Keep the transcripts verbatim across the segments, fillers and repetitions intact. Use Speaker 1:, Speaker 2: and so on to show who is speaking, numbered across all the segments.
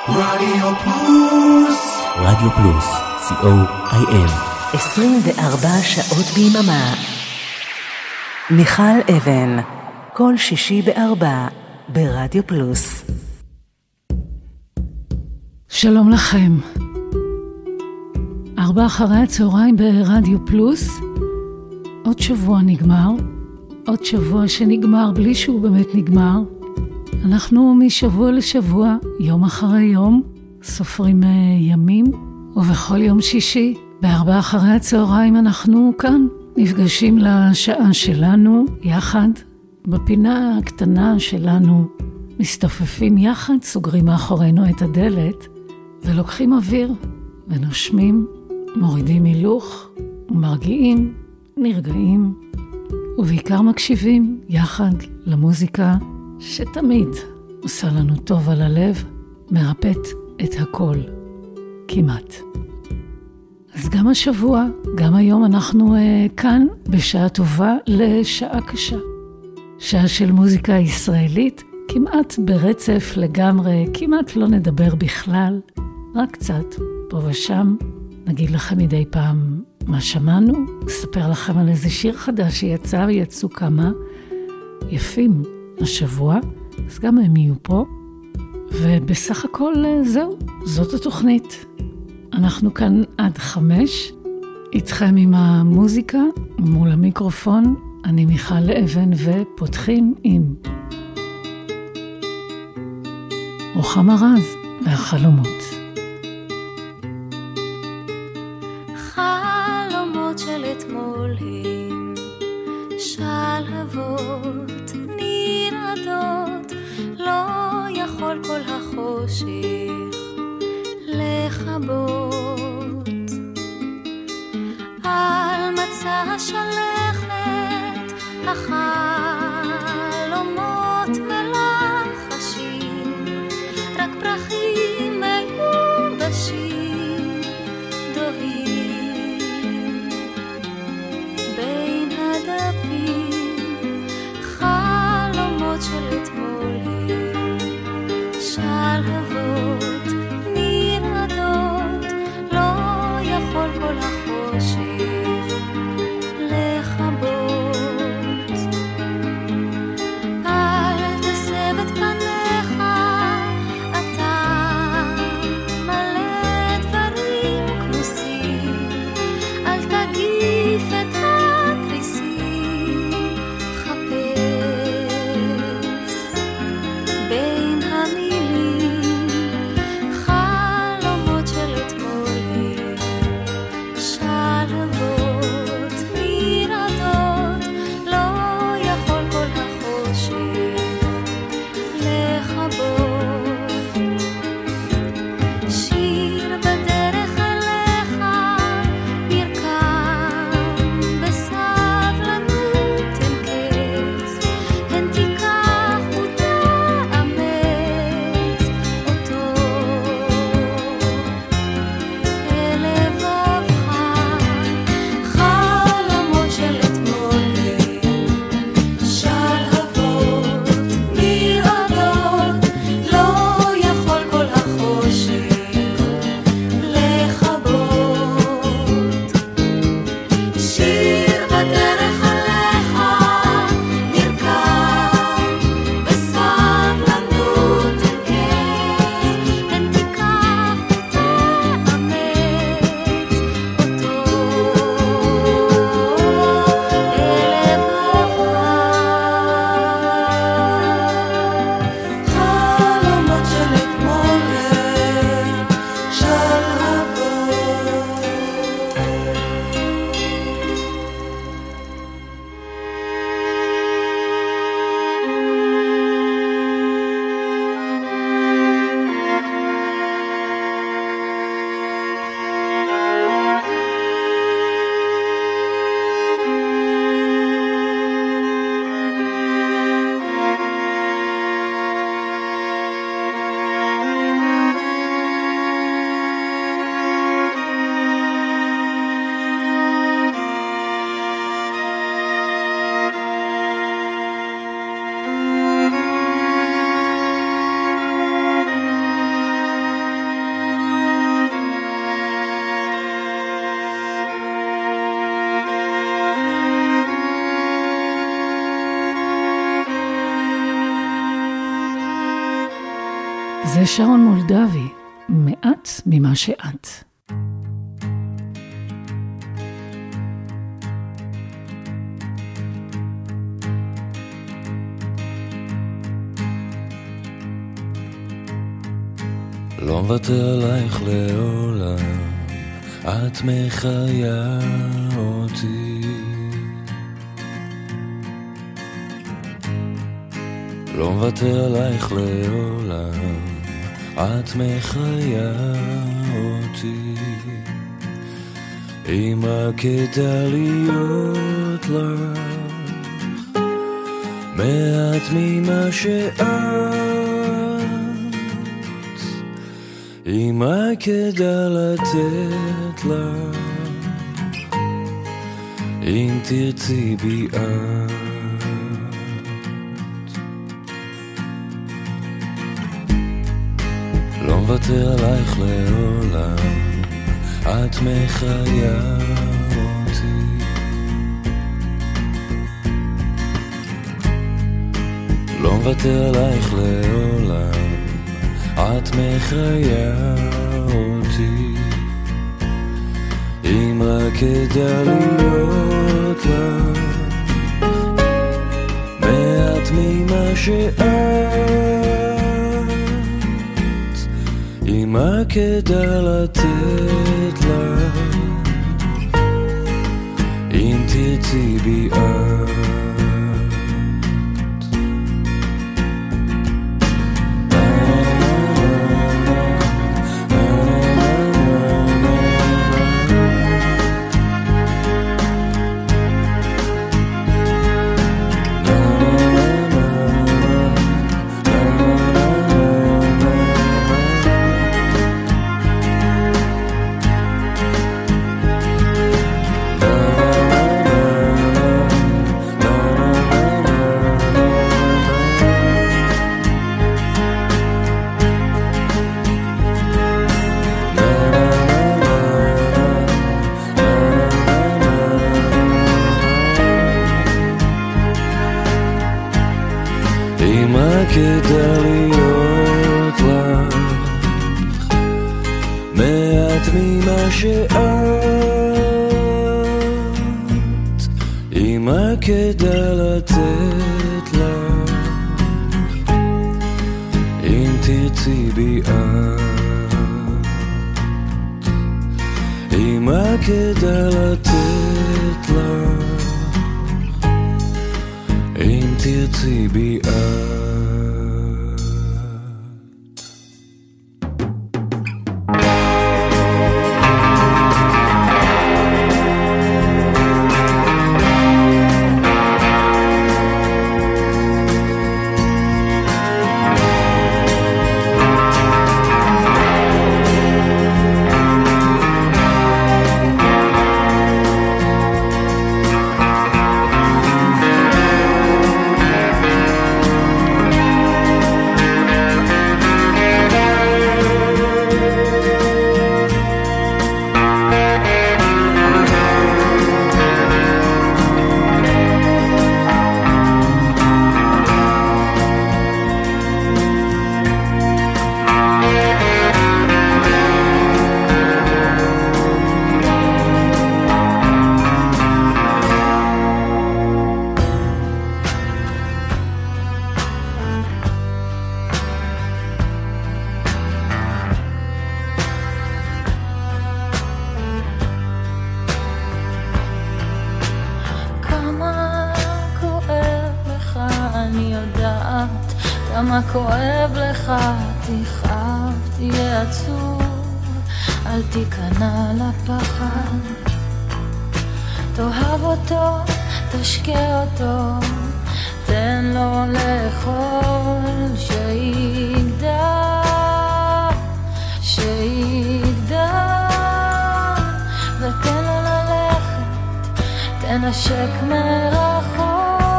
Speaker 1: רדיו פלוס.
Speaker 2: רדיו פלוס, סי או איי אל.
Speaker 3: עשרים וארבע שעות ביממה. מיכל אבן, כל שישי בארבע, ברדיו פלוס.
Speaker 4: שלום לכם. ארבע אחרי הצהריים ברדיו פלוס. עוד שבוע נגמר. עוד שבוע שנגמר בלי שהוא באמת נגמר. אנחנו משבוע לשבוע, יום אחרי יום, סופרים ימים, ובכל יום שישי, בארבע אחרי הצהריים אנחנו כאן, נפגשים לשעה שלנו יחד, בפינה הקטנה שלנו, מסתופפים יחד, סוגרים מאחורינו את הדלת, ולוקחים אוויר, ונושמים, מורידים הילוך, ומרגיעים, נרגעים, ובעיקר מקשיבים יחד למוזיקה, שתמיד עושה לנו טוב על הלב, מרפאת את הכל, כמעט. אז גם השבוע, גם היום אנחנו uh, כאן בשעה טובה לשעה קשה. שעה של מוזיקה ישראלית, כמעט ברצף לגמרי, כמעט לא נדבר בכלל, רק קצת, פה ושם, נגיד לכם מדי פעם מה שמענו, נספר לכם על איזה שיר חדש שיצא ויצאו כמה יפים השבוע, אז גם הם יהיו פה, ובסך הכל זהו, זאת התוכנית. אנחנו כאן עד חמש, איתכם עם המוזיקה, מול המיקרופון, אני מיכל אבן, ופותחים עם רוחמה רז והחלומות.
Speaker 5: חלומות של אתמול הם שלהבות נרעדות, לא יכול כל החושך לכבות. על מצע השלכת החלומות מלחשים, רק פרחים מיובשים דוהים בין הדפים. חלומות של אתמול הם שלהבות נרעדות, לא יכול כל החושך לכבות. אל תסב את פניך, אתה מלא דברים כמוסים, אל תגיף את התריסים, חפש בין המילים
Speaker 4: זה שרון מולדבי, מעט ממה שאת.
Speaker 6: לא מוותר עלייך לעולם, את מחיה אותי. לא מוותר עלייך לעולם, את מחיה אותי. אם רק ידע להיות לך מעט ממה שאת, אם רק ידע לתת לך, אם תרצי בי את. לא מוותר עלייך לעולם, את מחיה אותי. לא מוותר עלייך לעולם, את מחיה אותי. אם רק ידע להיות לך מעט ממה שאת, אם רק ידע לתת לך, אם תרצי בי את. כדאי להיות לך מעט ממה שאת, אם רק כדאי לתת לך, אם תרצי בי את, אם רק כדאי לתת לך, אם תרצי בי את.
Speaker 5: כמה כואב לך, תכאב, תהיה עצוב, אל תיכנע לפחד, תאהב אותו, תשקה אותו, תן לו לאכול, שיגדל, שיגדל, ותן לו ללכת, תנשק מרחוק,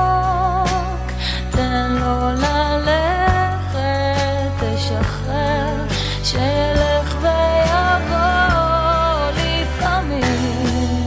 Speaker 5: תן לו ללכת, תשחרר, שילך ויבוא לפעמים.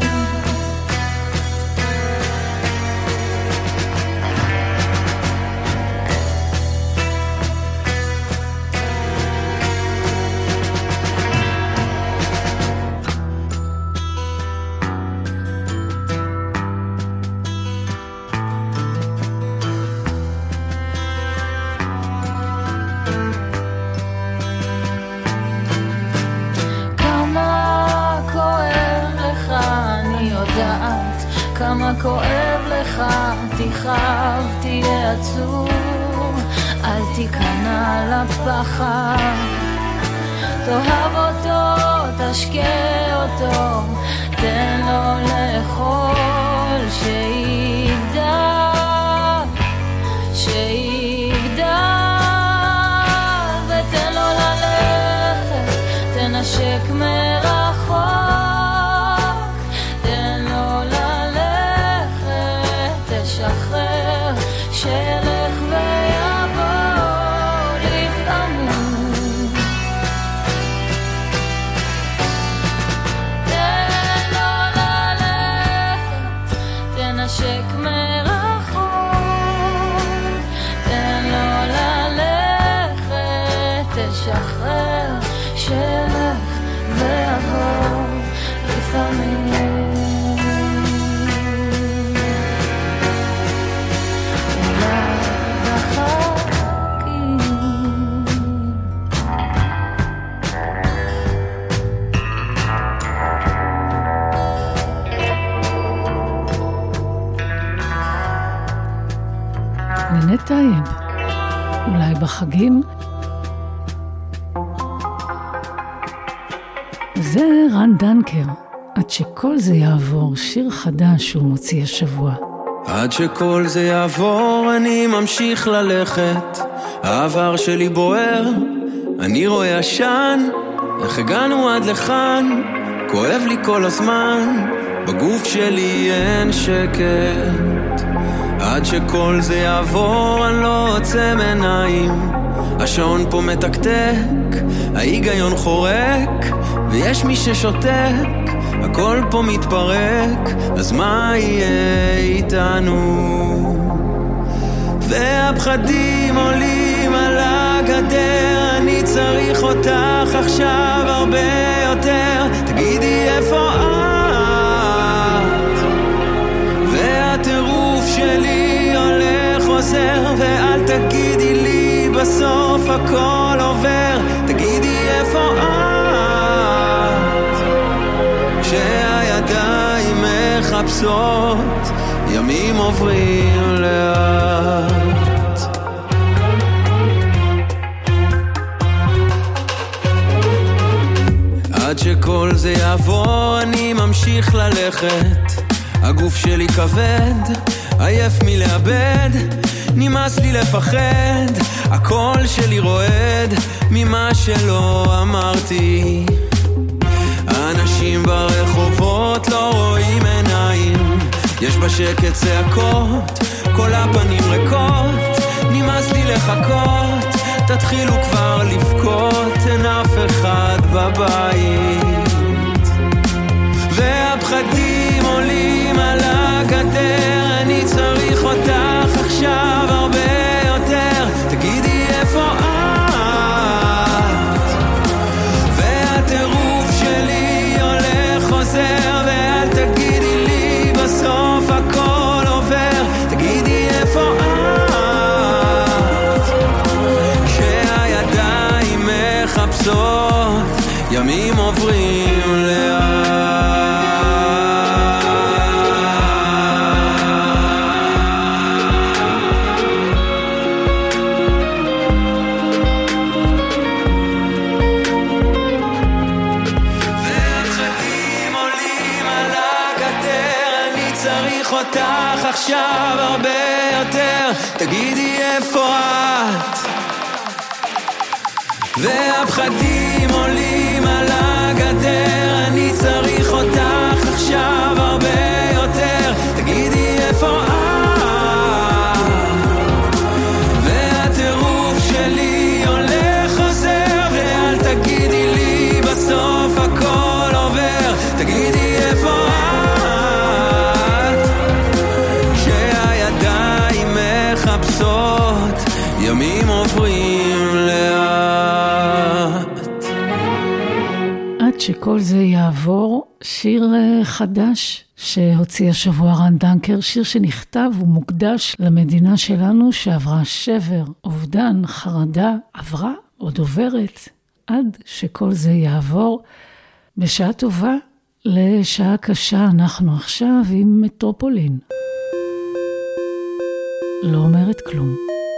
Speaker 5: כואב לך תכאב, תהיה עצוב, אל תיכנע לפחד, תאהב אותו, תשקה אותו, תן לו לאכול, שיגדל, שיגדל, ותן לו ללכת, תנשק מרחוק, תן לו ללכת, תשחרר, שילך ויבוא לפעמים, תן לו ללכת, תנשק מרחוק, תן לו ללכת, תשחרר, שילך ויבוא לפעמים.
Speaker 4: ננת טייב, אולי בחגים. זה רן דנקר, עד שכל זה יעבור, שיר חדש שהוא מוציא השבוע.
Speaker 6: עד שכל זה יעבור אני ממשיך ללכת, העבר שלי בוער, אני רואה עשן, איך הגענו עד לכאן, כואב לי כל הזמן, בגוף שלי אין שקט. עד שכל זה יעבור אני לא עוצם עיניים, השעון פה מתקתק, ההיגיון חורק, ויש מי ששותק, הכל פה מתפרק, אז מה יהיה איתנו? והפחדים עולים על הגדר, אני צריך אותך עכשיו הרבה יותר, תגידי איפה את? והטירוף שלי הולך חוזר, ואל תגידי לי בסוף הכל עובר, תגידי איפה את? כשהידיים מחפשות, ימים עוברים לאט. עד שכל זה יעבור אני ממשיך ללכת, הגוף שלי כבד, עייף מלאבד, נמאס לי לפחד, הקול שלי רועד ממה שלא אמרתי. האנשים ברחובות לא רואים עיניים, יש בשקט צעקות, כל הפנים ריקות, נמאס לי לחכות, תתחילו כבר לבכות, אין אף אחד בבית. והפחדים עולים על הגדר, אני צריך אותך עכשיו הרבה יותר, תגידי איפה את? והטירוף שלי הולך חוזר, ואל תגידי לי בסוף הכל עובר, תגידי איפה את? כשהידיים מחפשות, ימים עוברים לאט. אותך עכשיו הרבה יותר, תגידי איפה את? והפחדים עולים על הגדר, אני צריך אותך עכשיו הרבה יותר, תגידי איפה את? והטירוף שלי הולך חוזר, ואל תגידי לי בסוף הכל עובר, תגידי איפה את? ימים עוברים לאט.
Speaker 4: עד שכל זה יעבור, שיר חדש שהוציא השבוע רן דנקר, שיר שנכתב ומוקדש למדינה שלנו שעברה שבר, אובדן, חרדה, עברה, עוד עוברת, עד שכל זה יעבור. בשעה טובה לשעה קשה אנחנו עכשיו עם מטרופולין. לא אומרת כלום.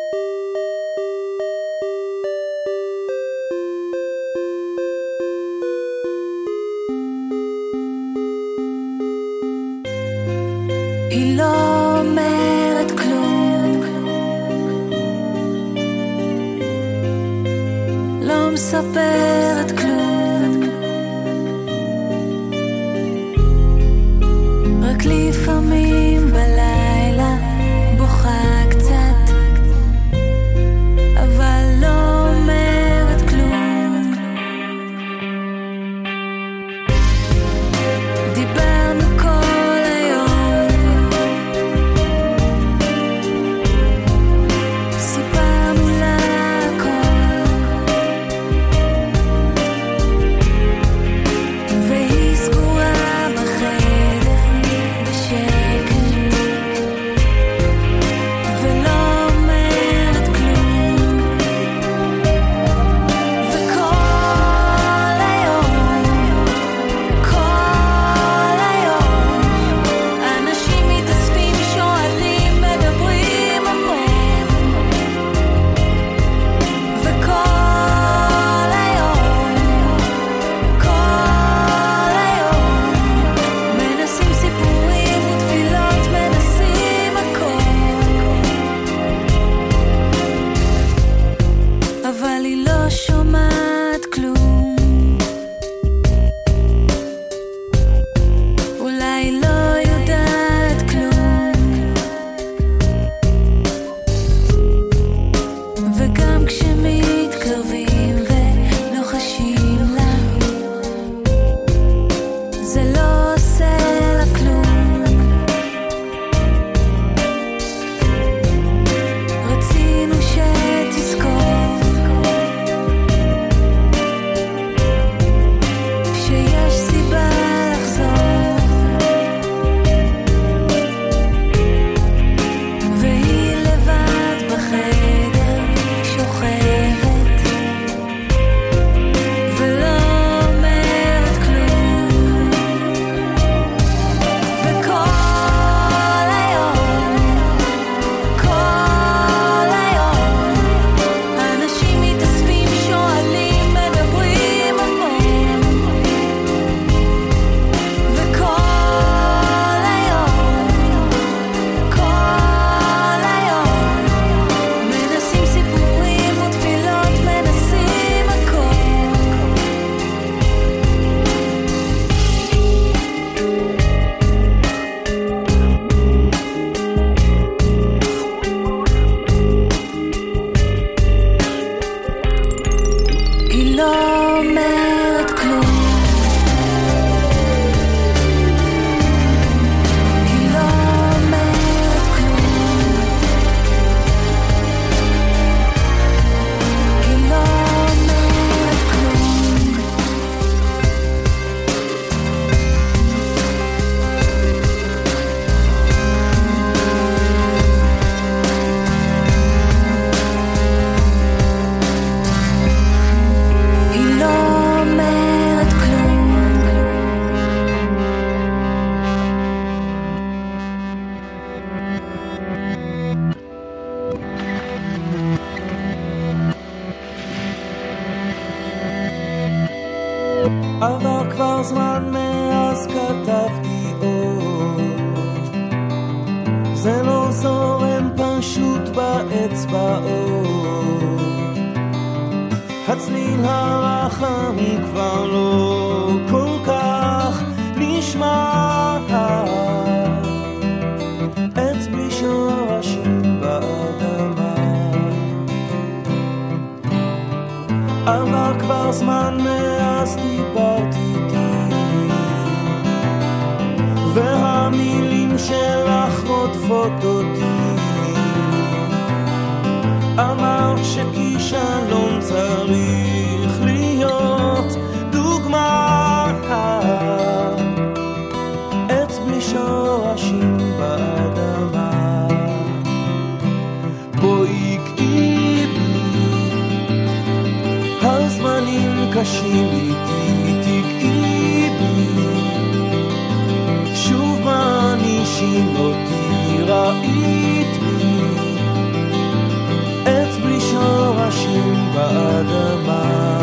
Speaker 5: היא לא אומרת כלום, לא מספרת כלום, רק לפעמים בלילה בוכה קצת, אבל לא אומרת כלום. דיברנו כל היום, סיפרנו לה הכל, והיא סגורה בחדר בשקט ולא אומרת כלום. וכל היום, כל היום אנשים מתאספים, שואלים, מדברים המון. וכל היום, כל היום מנסים סיפורים ותפילות, מנסים הכל, אבל היא לא שומעת כלום. אולי היא לא יודעת כלום, וגם כשמתקרבים ולוחשים לה, זה לא עושה לה כלום. רצינו שתזכור שיש סיבה לחזור, והיא לבד בחדר שוכבת ולא אומרת כלום. וכל היום, כל היום אנשים מתאספים, שואלים, מדברים המון. וכל היום, כל היום מנסים סיפורים ותפילות, מנסים הכל. היא לא אומרת כלום, היא לא אומרת כלום, היא לא אומרת כלום. היא לא אומרת כלום.
Speaker 7: עבר כבר זמן מאז כתבתי עוד, זה לא זורם פשוט באצבעות, הצליל הרחמי כבר לא כל כך נשמע, עץ בלי שורשים באדמה. עבר כבר זמן מאז דיברת איתי, והמילים שלך רודפות אותי. אמרת שכישלון צריך להיות דוגמה, עץ בלי שורשים באדמה. בואי גאי בי, הזמנים קשים איתי, תגאי בי, נשים אותי ראית בי עץ בלי שורשים באדמה.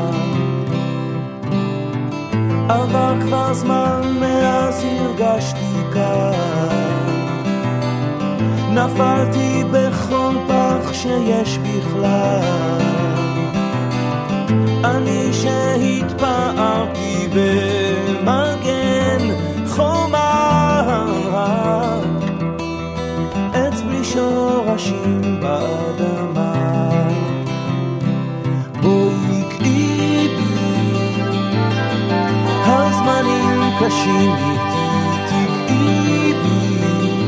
Speaker 7: עבר כבר זמן מאז הרגשתי כאן, נפלתי בכל פח שיש בכלל, אני שהתפארתי במגן חומה, עץ בלי שורשים באדמה. בואי קעי בי, הזמנים קשים איתי, תקעי בי,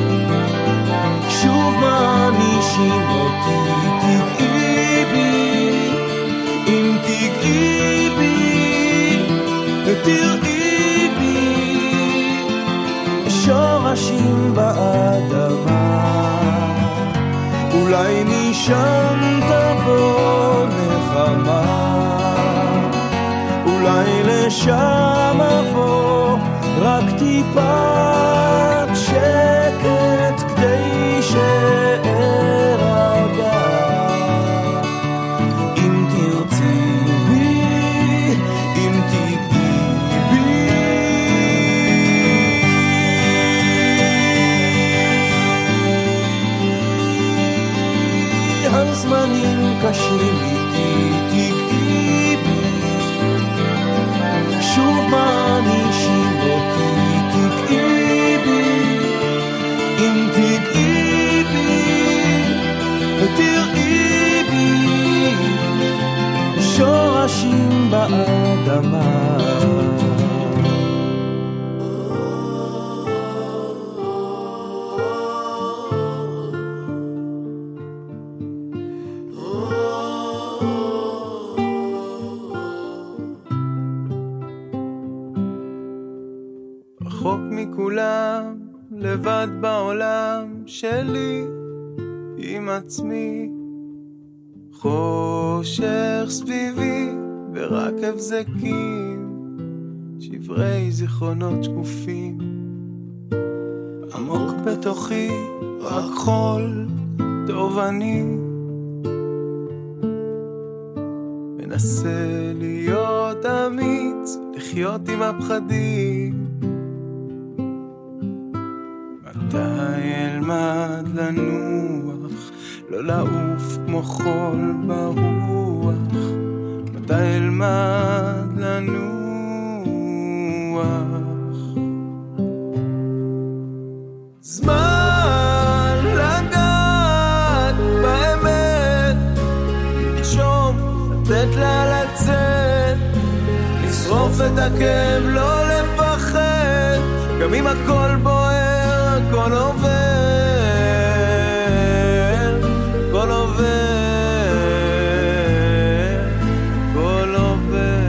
Speaker 7: שוב מענישים אותי, תקעי בי, אם תקעי בי, תראי בי, שורשים באדמה. אולי משם תבוא נחמה, אולי לשם אבוא רק טיפת שקט כדי שארגע. אם תרצי בי, אם תגעי בי, הזמנים קשים איתי, תגעי בי, שוב מענישים אותי, תגעי בי, אם תגעי בי, ותראי בי, שורשים באדמה.
Speaker 6: רחוק מכולם, לבד בעולם שלי עם עצמי, חושך סביבי ורק הבזקים, שברי זיכרונות שקופים, עמוק בתוכי רק חול טוב. אני מנסה להיות אמיץ, לחיות עם הפחדים, מתי אלמד לנוח, לא לעוף כמו חול ברוח, מתי אלמד לנוח. זמן לגעת באמת, לנשום, לתת לה לצאת, לשרוף את הכאב, לא לפחד, גם אם הכל בוער, הכל עובר, הכל עובר, הכל עובר.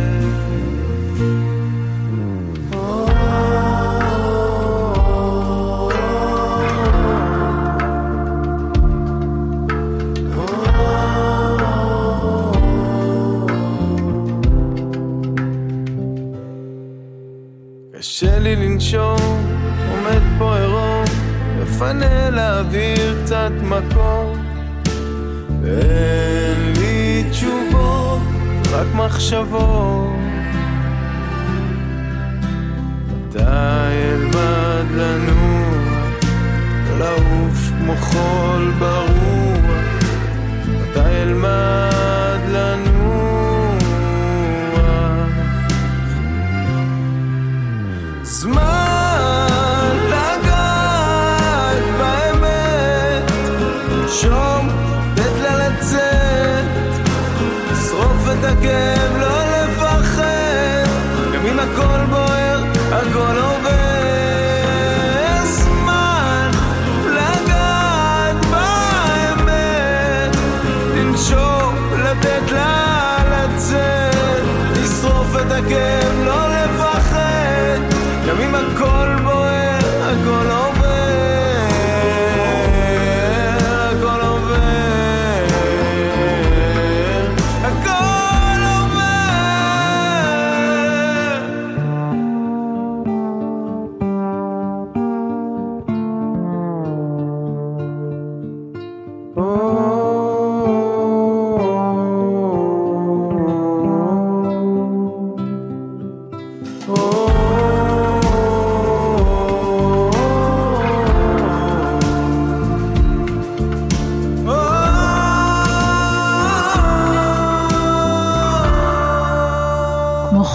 Speaker 6: קשה לי לנשום, עומד פה עירום, מפנה לאוויר קצת מקום, אין לי תשובות, רק מחשבות, מתי אלמד לנוח, לא לעוף כמו חול ברוח, מתי אלמד לנוח. זמן לגעת באמת, שום לתת לה לצאת, לשרוף את הכאב, לא לפחד, גם אם הכל בוער, הכל עובר. זמן לגעת באמת, לנשום, לתת לה לצאת, לשרוף את הכאב, לא לפחד, גם אם הכל בוער, הכל עובר, הכל עובר, הכל עובר.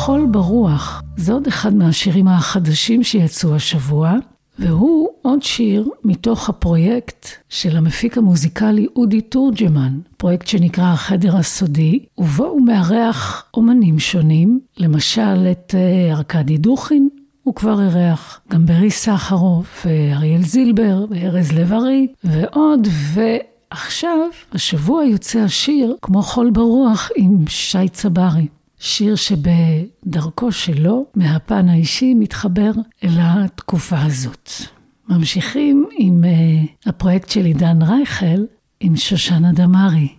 Speaker 4: חול ברוח. זה עוד אחד מהשירים החדשים שיצאו השבוע, והוא עוד שיר מתוך הפרויקט של המפיק המוזיקלי אודי תורג'מן, פרויקט שנקרא החדר הסודי, ובו הוא מארח אומנים שונים, למשל את ארקדי דוכין, הוא כבר אירח גם ברי סחרוף, אריאל זילבר, וארז לב-ארי, ועוד, ועכשיו, השבוע יוצא השיר כמו חול ברוח עם שי צברי. שיר שבדרכו שלו, מהפן האישי, מתחבר אל התקופה הזאת. ממשיכים עם uh, הפרויקט של עידן רייכל, עם שושנה דמארי.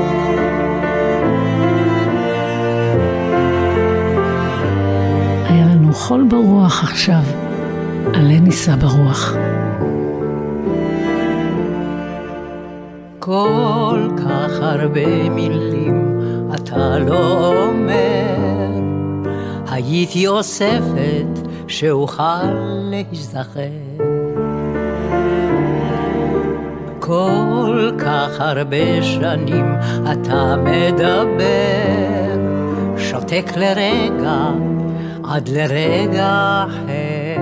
Speaker 4: היה לנו חול ברוח עכשיו, עלה ניסה ברוח.
Speaker 8: כל כך הרבה מילים אתה לא אומר, הייתי אוספת שאוכל להיזכר. כל כך הרבה שנים אתה מדבר, שותק לרגע עד לרגע אחר.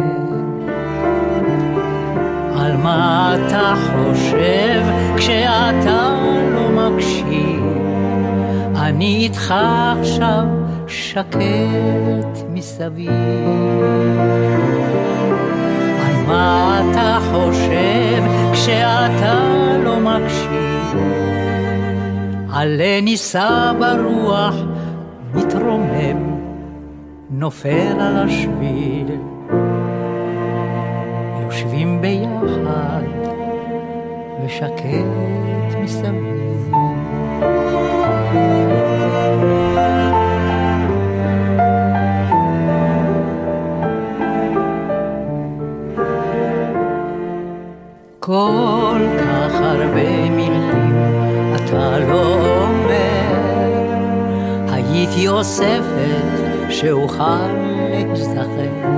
Speaker 8: על מה אתה חושב כשאתה לא מקשיב? אני איתך עכשיו שקט מסביב. על מה אתה חושב כשאתה לא מקשיב? עלה ניסה ברוח, מתרומם, נופל על השביל. יושבים ביחד ושקט מסביב. כל כך הרבה מילים אתה לא אומר, הייתי אוספת שאוכל להיזכר.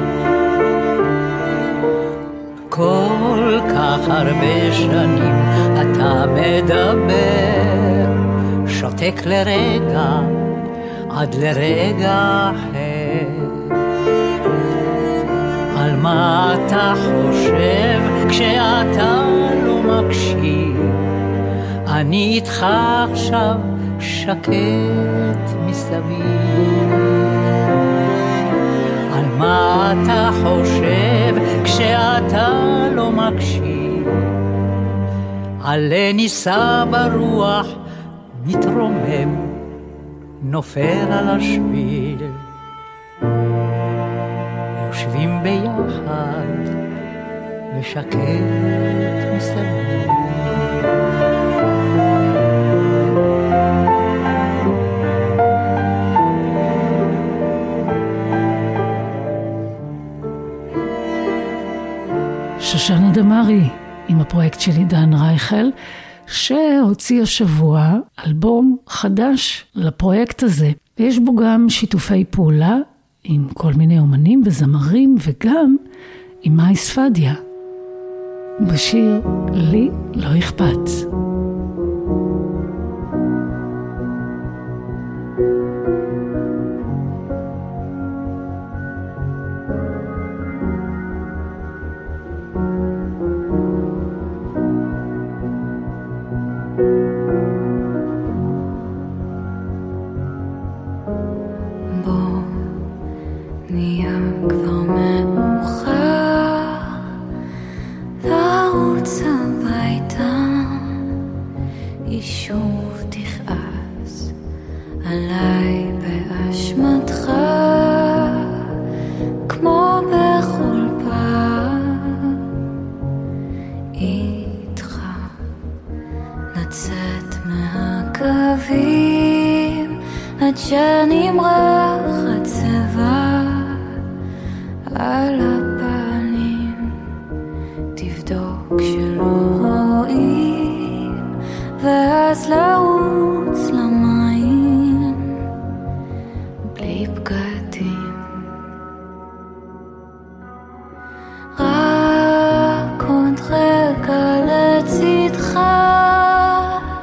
Speaker 8: כל כך הרבה שנים אתה מדבר, שותק לרגע עד לרגע אחר. על מה אתה חושב כשאתה לא מקשיב? אני איתך עכשיו שקט מסביב. על מה אתה חושב כשאתה לא מקשיב? עלה ניסה ברוח, מתרומם, נופל על השביל. יושבים ביחד ושקט מסביב.
Speaker 4: שושנה דמארי עם הפרויקט של עידן רייכל, שהוציא השבוע אלבום חדש לפרויקט הזה. ויש בו גם שיתופי פעולה עם כל מיני אומנים וזמרים, וגם עם מאי ספדיה. בשיר לי לא אכפת.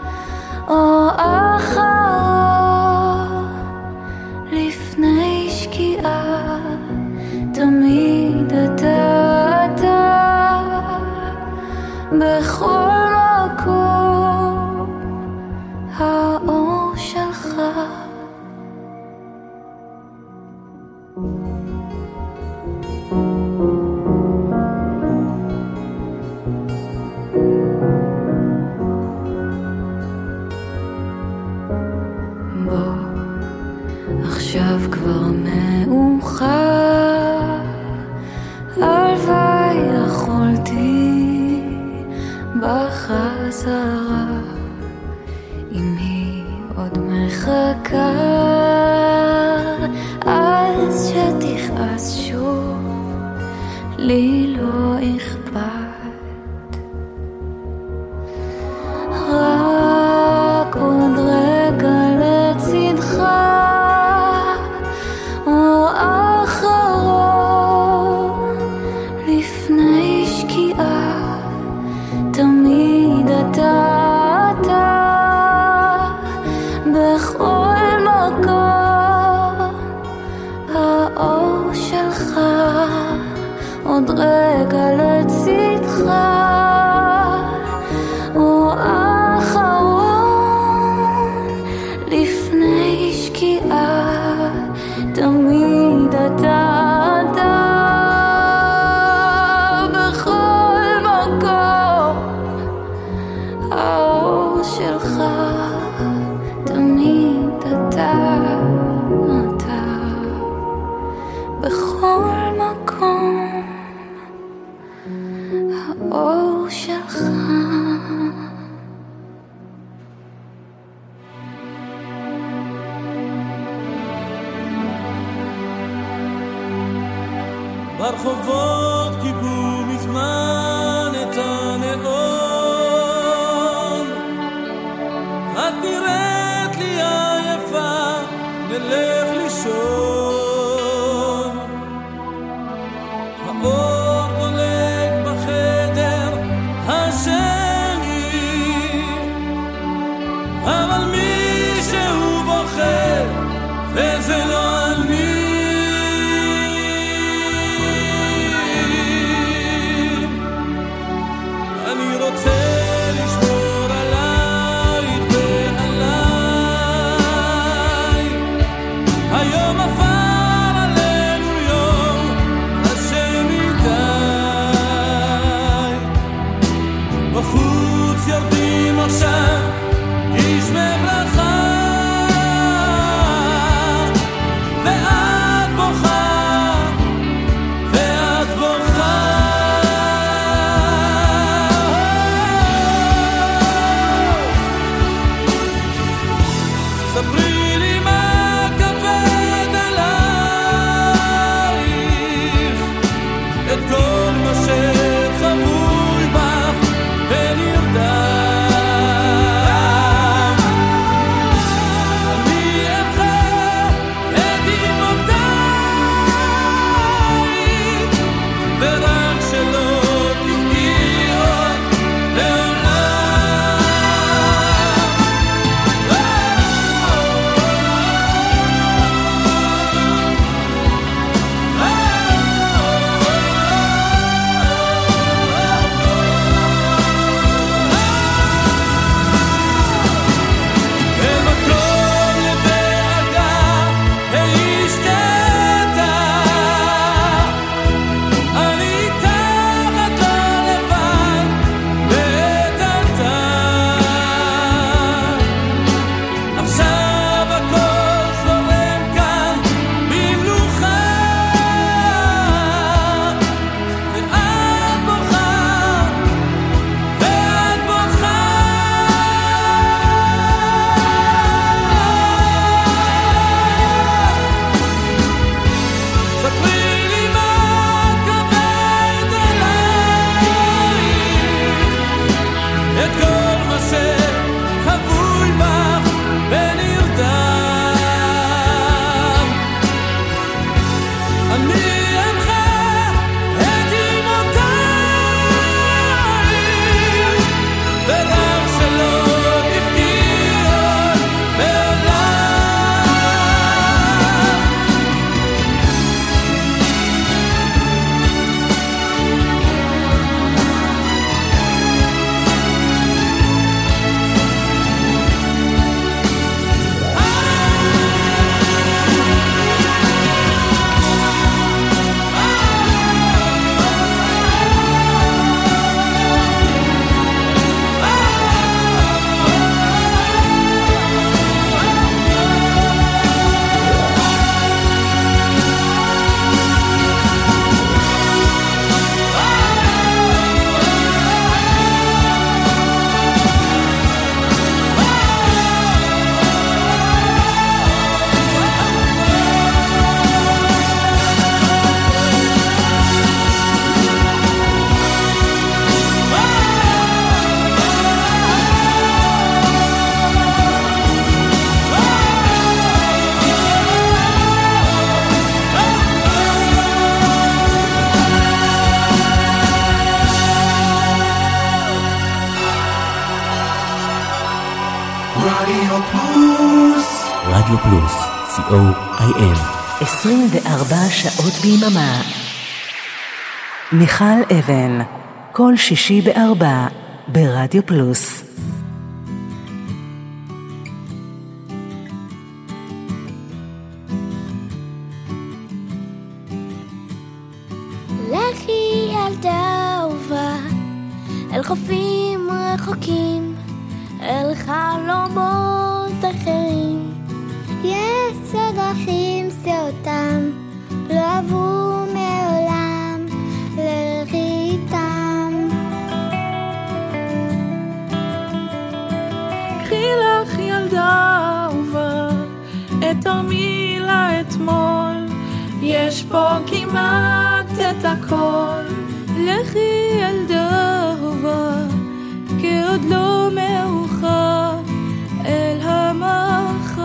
Speaker 5: לפני עכשיו כבר מאוחר, הלוואי יכולתי בחזרה, אם היא עוד מחכה, אז שתכעס שוב, לי לא אכפת, רק עוד רגע לצדך, אור אחרון לפני שקיעה, תמיד אתה אתה בכל מקום, האור שלך עוד רגע לצדך, אור אחרון לפני שקיעה, תמיד אתה אתה בכל מקום, האור שלך תמיד אתה אתה בכל מקום, האור שלך.
Speaker 7: ברחובות קיבלו מזמן את הנאון, את נראית לי עייפה, נלך לישון, האור דולק בחדר השני, אבל מישהו בוחר וזה לא אני, אני רוצה לשמור עלייך ועליי, היום עבר עלינו יום קשה מדי, בחוץ יורדים עכשיו גשמי ברכה, ואת בוכה, ואת בוכה, ספרי לי מה כבד עליי,
Speaker 2: רדיו פלוס, סי או איי אם.
Speaker 3: עשרים וארבע שעות ביממה. מיכל אבן, כל שישי בארבע, ברדיו פלוס.
Speaker 9: לכי ילדה אהובה, אל חופים רחוקים, אל חלומות אחרים. יש צדחים שאותם לא עברו מעולם, לכי איתם.
Speaker 10: קחי לך ילדה אהובה את המילה אתמול, יש פה כמעט את הכל. לכי ילדה אהובה כי עוד לא מאוחר אל המחר.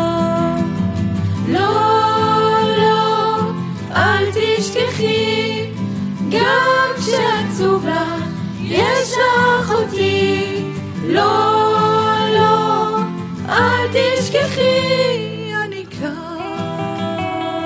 Speaker 10: לא, לא, אל תשכחי, גם כשעצוב לך יש לך אותי. לא, לא, אל תשכחי, אני כאן.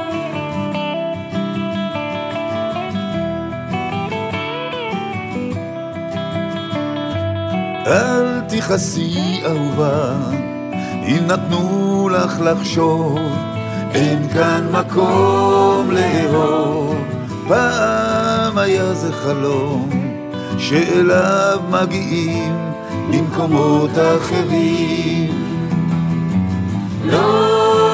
Speaker 11: אל תכעסי אהובה, אם נתנו לך לחשוב, אין כאן מקום לאהוב. פעם היה זה חלום שאליו מגיעים למקומות אחרים. לא,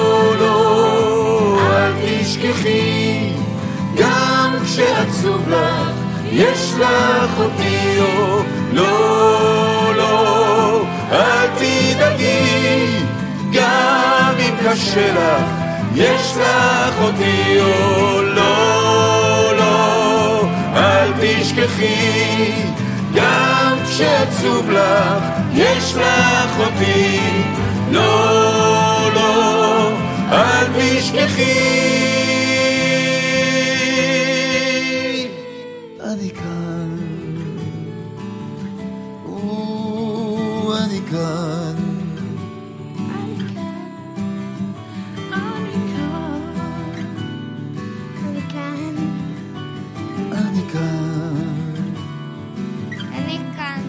Speaker 11: לא, אל תשכחי, גם כשעצוב לך יש לך אותי. לא, לא, אל תדאגי, גם אם קשה לך יש לך אותי. לא, לא, אל תשכחי, גם כשעצוב לך יש לך אותי. לא, לא, אל תשכחי, אני כאן, אני כאן,
Speaker 9: אני כאן, אני כאן, אני כאן,
Speaker 11: אני כאן,
Speaker 9: אני כאן.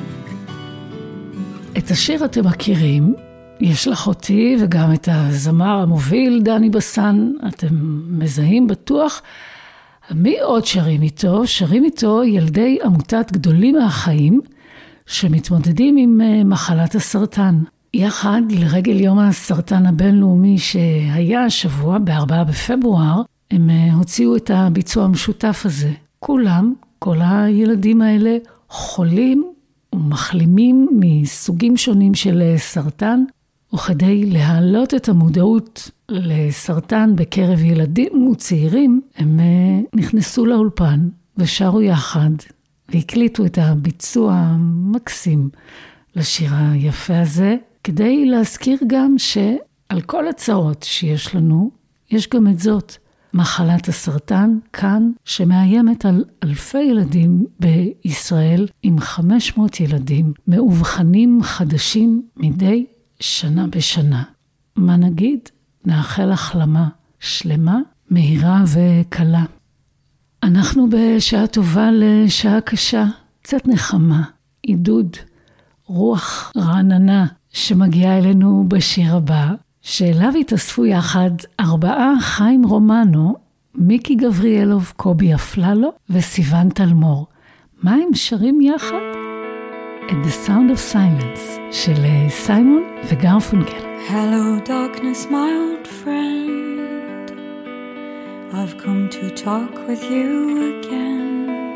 Speaker 4: את השיר אתם מכירים, יש לך אותי וגם את הזמר המוביל דני בסן, אתם מזהים בטוח. מי עוד שרים איתו? שרים איתו ילדי עמותת גדולים מהחיים, שמתמודדים עם מחלת הסרטן. יחד לרגל יום הסרטן הבינלאומי שהיה השבוע ב-ארבעה בפברואר, הם הוציאו את הביצוע המשותף הזה. כולם, כל הילדים האלה, חולים ומחלימים מסוגים שונים של סרטן, וכדי להעלות את המודעות לסרטן בקרב ילדים וצעירים, הם נכנסו לאולפן ושרו יחד, והקליטו את הביצוע המקסים לשיר היפה הזה, כדי להזכיר גם שעל כל הצרות שיש לנו, יש גם את זאת, מחלת הסרטן כאן, שמאיימת על אלפי ילדים בישראל, עם חמש מאות ילדים מאובחנים חדשים מדי שנה בשנה. מה נגיד? נאחל החלמה שלמה, מהירה וקלה. אנחנו בשעה טובה לשעה קשה, קצת נחמה, עידוד, רוח רעננה שמגיעה אלינו בשיר הבא, שאליו התאספו יחד ארבעה: חיים רומנו, מיקי גבריאלוב, קובי אפללו וסיוון תלמור. מה הם שרים יחד? את The Sound of Silence של סיימון וגרפונקל.
Speaker 5: Hello darkness, my old friend, I've come to talk with you again,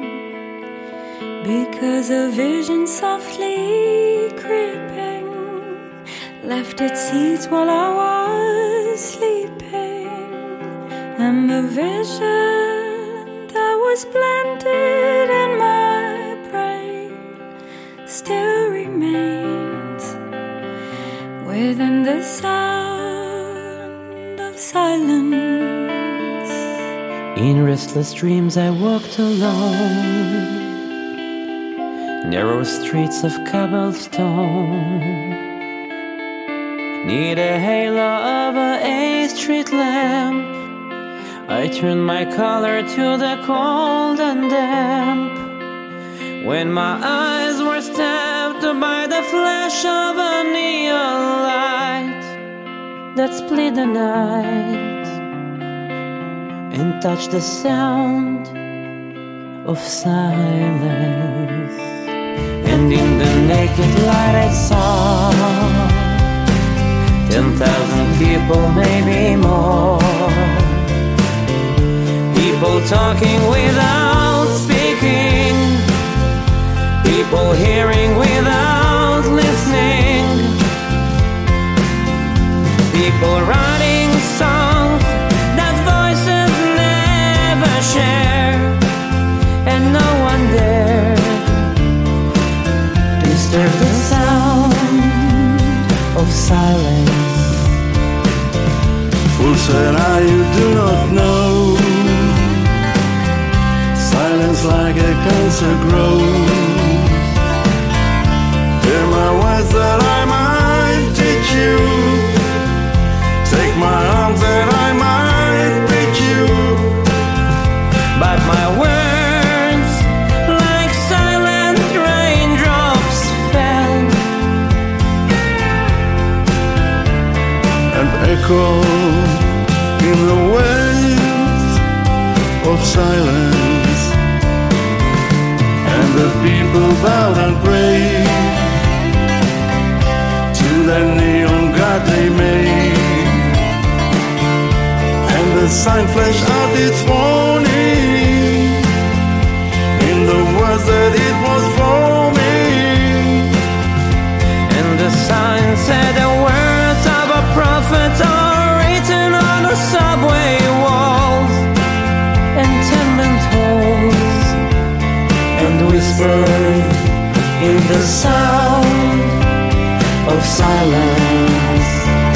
Speaker 5: because a vision softly creeping left its seeds while I was sleeping, and the vision that was blended in my brain still remains within the sound of silence.
Speaker 6: In restless dreams I walked alone, narrow streets of cobblestone, near the halo of a eighth Street lamp. I turned my collar to the cold and damp. When my eyes were stabbed by the flash of a neon light that split the night and touched the sound of silence. And in the naked light I saw ten thousand people, maybe more. People talking without speaking, people hearing without listening, people writing songs that voices never share, and no one dared disturb the sound of silence.
Speaker 11: Fool said I, you do not know, silence like a cancer grows. Hear my words that I might teach you, take my arms that I might reach you.
Speaker 6: But my words, like silent raindrops, fell
Speaker 11: and echoed in the waves of silence. And the people bowed and prayed to the neon god they made, and the sign flashed out its warning in the words that it was forming.
Speaker 6: And the sign said the words of a prophet are written on the subway walls and tenement halls, and whispered in the sound of silence.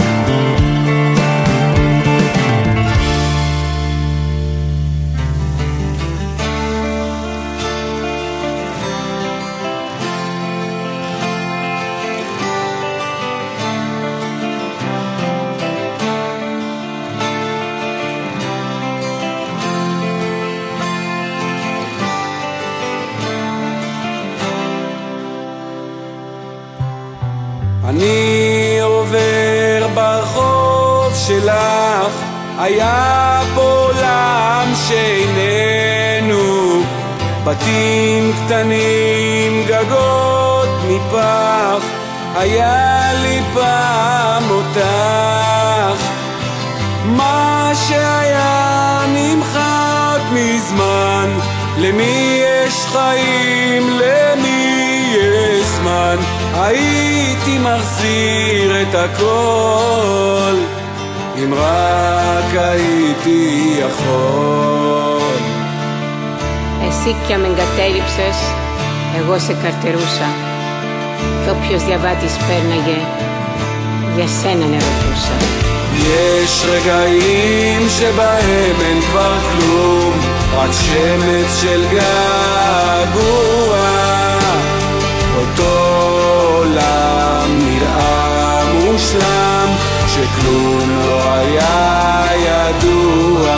Speaker 7: אני עובר ברחוב שלך, היה פה עולם שאיננו, בתים קטנים, גגות מפח, היה לי פעם אותך. מה שהיה נמחק מזמן, למי יש חיים, למי יש זמן, הייתי מחזיר את הכל, אם רק הייתי יכול.
Speaker 12: Εσύ κι αν με εγκατέλειψες, εγώ σε καρτερούσα, κι όποιος διαβάτης πέρναγε, για σένα νερωτούσα.
Speaker 7: יש רגעים שבהם אין כבר כלום, רק שמץ של געגוע, אותו עולם נראה מושלם, שכלום לא היה ידוע.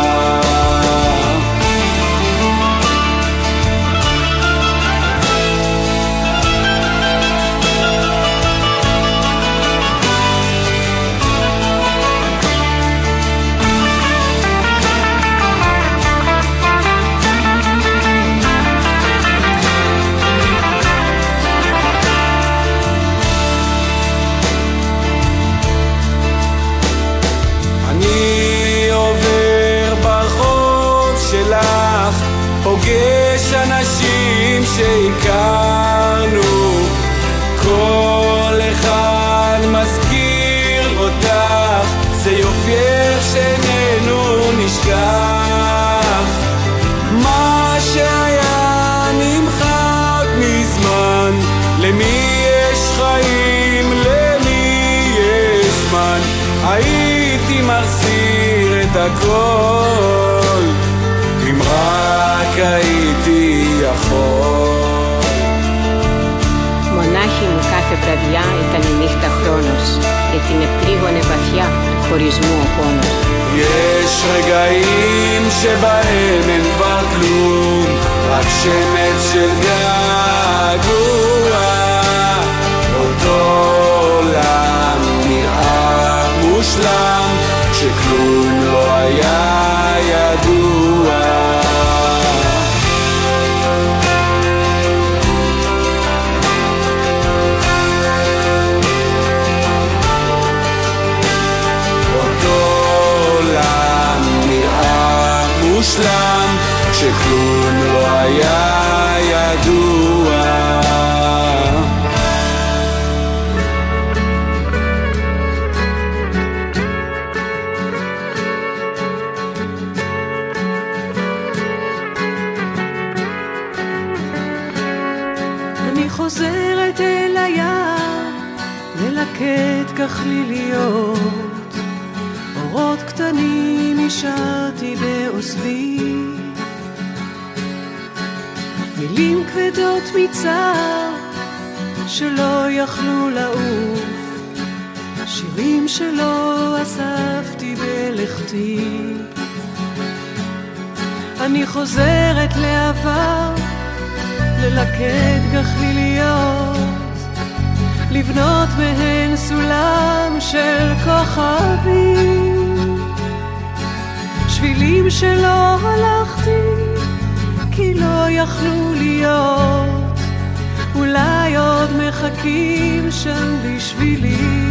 Speaker 7: פוגש אנשים שהכרנו, כל אחד מזכיר אותך, זה יופייך שאיננו נשכח. מה שהיה נמחק מזמן, למי יש חיים, למי יש זמן, הייתי מחזיר את הכל, אם רק הייתי יכול.
Speaker 12: מונח μου κάθε βραδιά ήταν η νύχτα χρόνος, γιατί με πλήγωνε βαθιά χωρισμού ο πόνος.
Speaker 7: יש רגעים שבהם אין כבר כלום, רק שמץ של געגוע. אותו עולם נראה מושלם, כשכלום לא היה ידוע. מושלם, כשכלום לא היה ידוע.
Speaker 13: אני חוזרת אל הים, ללקט כחליליות, אורות קטנים השארתי באוסבי, מילים כבדות מצער שלא יכלו לעוף, שירים שלא אספתי בלכתי. אני חוזרת לעבר, ללקט גחליליות, לבנות מהן סולם של כוכבים, שבילים שלא הלכתי כי לא יכלו להיות, אולי עוד מחכים שם בשבילי.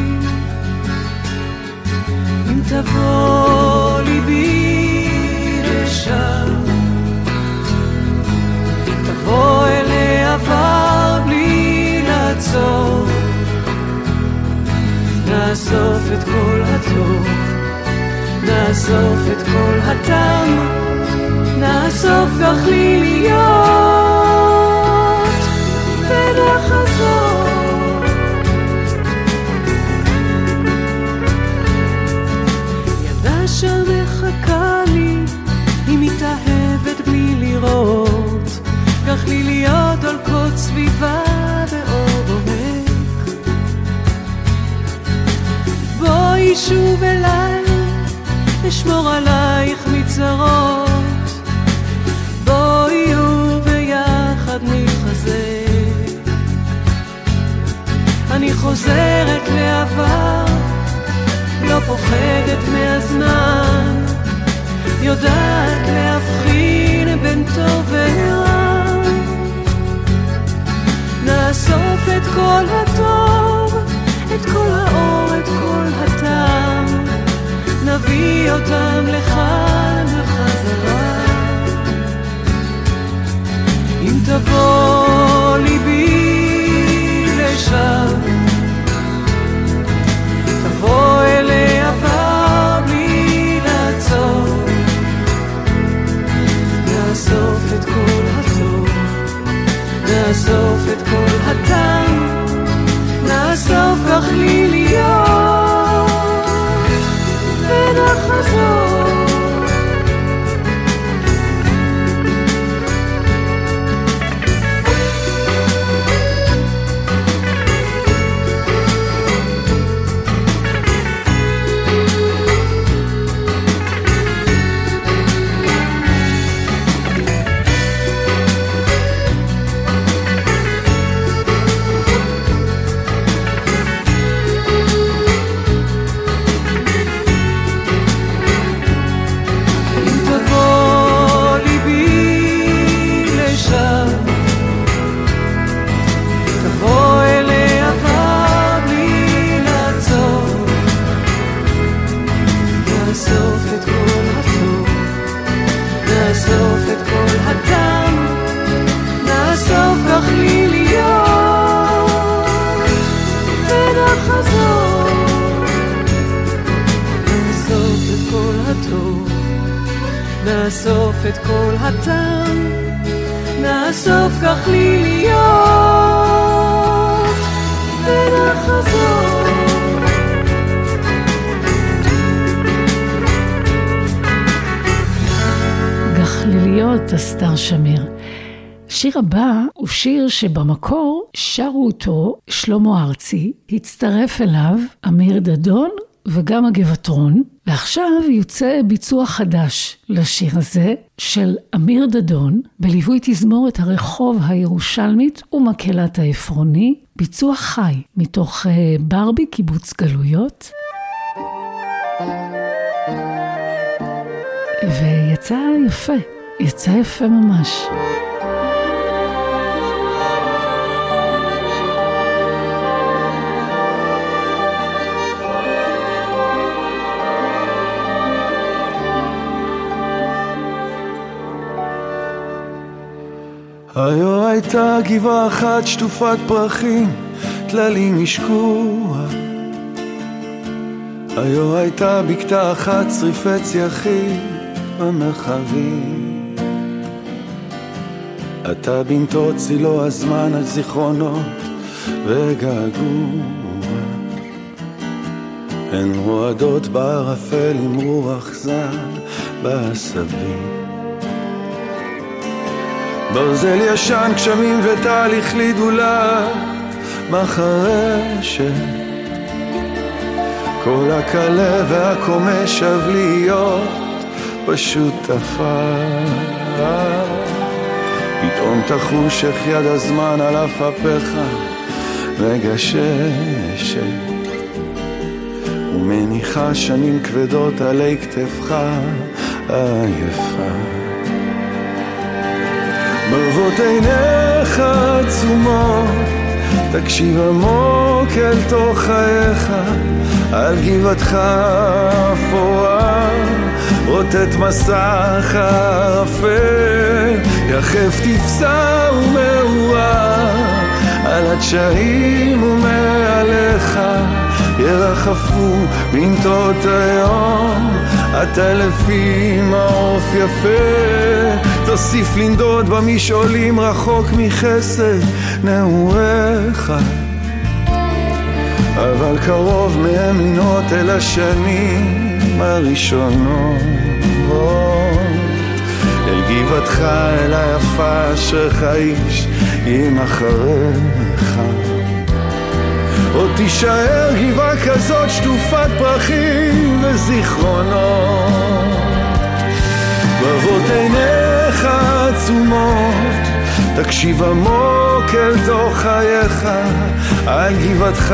Speaker 13: אם תבוא ליבי לשם, תבוא אל העבר בלי לעצור, נאסוף את כל הטוב, נאסוף את כל הטעם, נאסוף גחליליות ונחזור. ידה שם מחכה לי, היא מתאהבת בלי לראות, גחליליות הולכות סביבה באור עומק. בואי שוב אליי, אשמור עלייך מצרות, בואי וביחד נחזק. אני חוזרת לעבר, לא פוחדת מהזמן, יודעת להבחין בין טוב ורע, נאסוף את כל הטוב, את כל האור, את כל הטעם, נביא אותם לכאן וחזרה. אם תבוא ליבי לשם, תבוא אל העבר בלי לעצור, נאסוף את כל הטוב, נאסוף את כל הטעם, נאסוף גחליליות ונחזור. נאסוף את כל הטעם, נאסוף גחליליות ונחזור.
Speaker 4: גחליליות, אסתר שמיר. השיר הבא הוא שיר שבמקור שרו אותו שלמה ארצי, הצטרף אליו אמיר דדון וגם הגבעתרון, ועכשיו יוצא ביצוע חדש לשיר הזה של אמיר דדון, בליווי תזמורת הרחוב הירושלמית ומקהלת העפרוני, ביצוע חי מתוך ברבי קיבוץ גלויות. ויצא יפה, יצא יפה ממש.
Speaker 11: היו הייתה גבעה אחת שטופת פרחים, תללים משקוע. היו הייתה בקתה אחת שריפי צייחים במרחבים. אתה בנתו צילו הזמן על זיכרונות וגעגוע. הן רועדות בערפל עם רוח זר בעשבים. ברזל ישן, גשמים ותהליך לידולת מחרשת. כל הקלה והקומה שב להיות פשוט עפר. פתאום תחוש איך יד הזמן על אף אפיך מגששת ומניחה שנים כבדות עלי כתפך עייפה. ברבות עיניך עצומות תקשיב עמוק אל תוך חייך, על גבעתך אפורה רוטט מסך ערפל, יחף תפסע ומאורה על הדשאים ומעליך ירחפו בנתות היום. אתה לפי מעוף יפה תוסיף לנדוד במשעולים רחוק מחסד נעוריך, אבל קרוב מאמינות אל השנים הראשונות, אל גבעתך אל היפה שחייש עם אחריך. עוד תישאר גבעה כזאת שטופת פרחים וזיכרונות. ברבות עיניך עצומות תקשיב עמוק אל תוך חייך, על גבעתך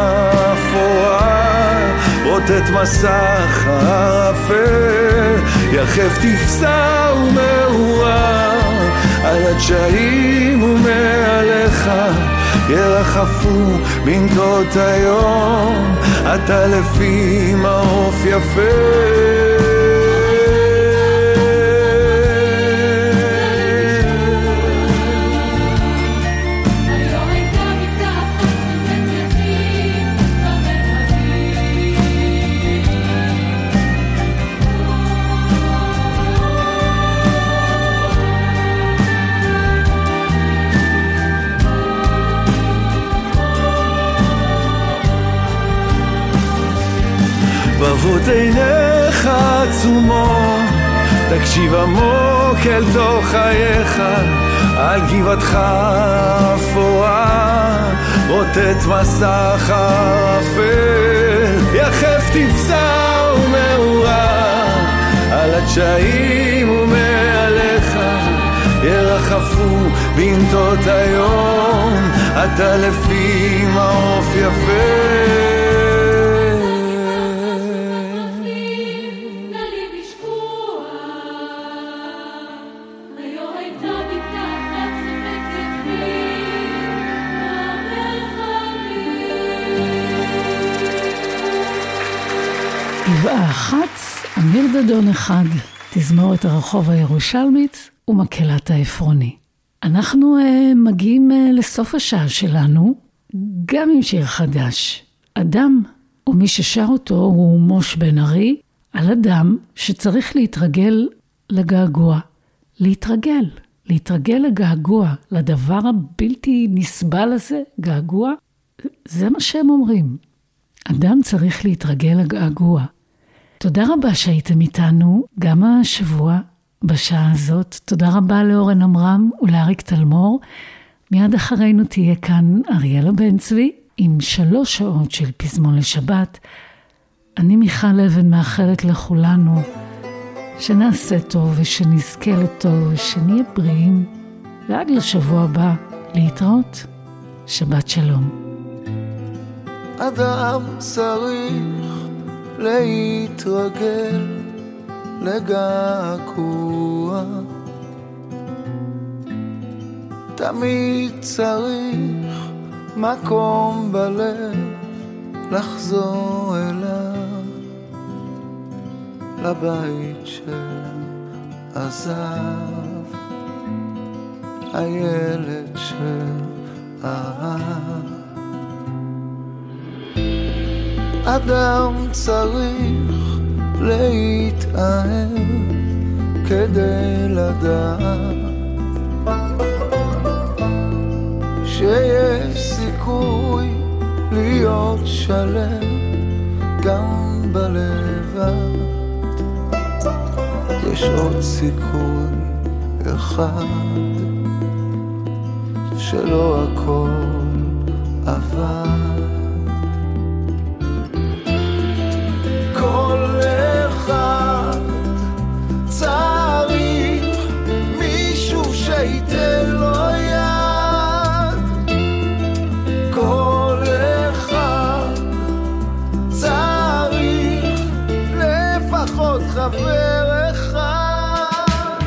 Speaker 11: אפורה רוטט מסך ערפל, יחף תפסע ומאורה על הדשאים ומעליך ירחפו בנתות היום. אתה לפי מעוף יפה ברבות עיניך עצומות תקשיב עמוק אל תוך חייך, על גבעתך אפורה רוטט מסך ערפל, יחף תפסע ומאורה על הדשאים ומעליך ירחפו בנתות היום. אתה לפי מעוף יפה
Speaker 4: גבעה אחת, אמיר דדון אחד, תזמורת הרחוב הירושלמית ומקהלת העפרוני. אנחנו uh, מגיעים uh, לסוף השעה שלנו, גם עם שיר חדש. אדם, או מי ששר אותו, הוא מוש בן ארי, על אדם שצריך להתרגל לגעגוע. להתרגל, להתרגל לגעגוע, לדבר הבלתי נסבל הזה, געגוע. זה מה שהם אומרים. אדם צריך להתרגל לגעגוע. תודה רבה שהייתם איתנו גם השבוע בשעה הזאת. תודה רבה לאורן אמרם ולאריק תלמור. מיד אחרינו תהיה כאן אריאלה בן צבי עם שלוש שעות של פזמון לשבת. אני מיכל אבן מאחלת לכולנו שנעשה טוב ושנזכה לטוב ושנהיה בריאים, ועד לשבוע הבא להתראות. שבת שלום.
Speaker 14: אדם צריך להתרגל לגעגוע, תמיד צריך מקום בלב לחזור אליו, לבית שעזב, הילד שאהב. אדם צריך להתאהב כדי לדעת שיש סיכוי להיות שלם גם בלבד. יש עוד סיכוי אחד שלא הכל עבד. כל אחד צריך מישהו שייתן לו יד, כל אחד צריך לפחות חבר אחד,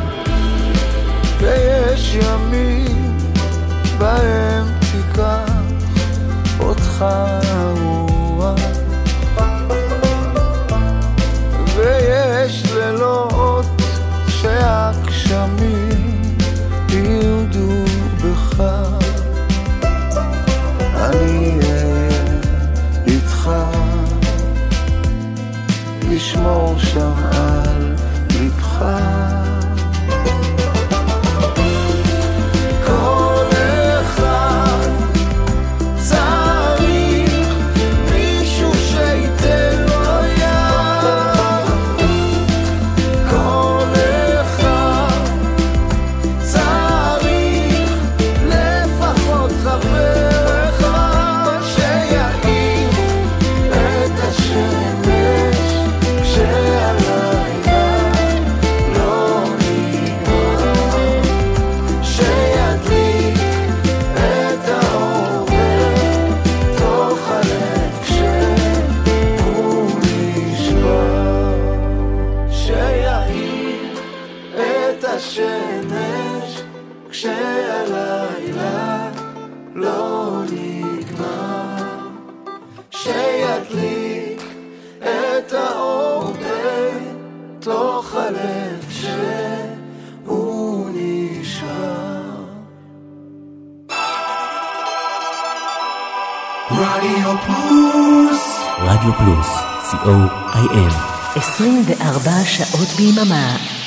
Speaker 14: ויש ימים בהם תיקח אותך הרוח, ויש לילות שהגשמים ירדו בך. אני אהיה איתך, לשמור שם על לבך.
Speaker 1: רדיו פלוס,
Speaker 2: רדיו פלוס, סי או איי אם.
Speaker 3: עשרים וארבע שעות ביממה.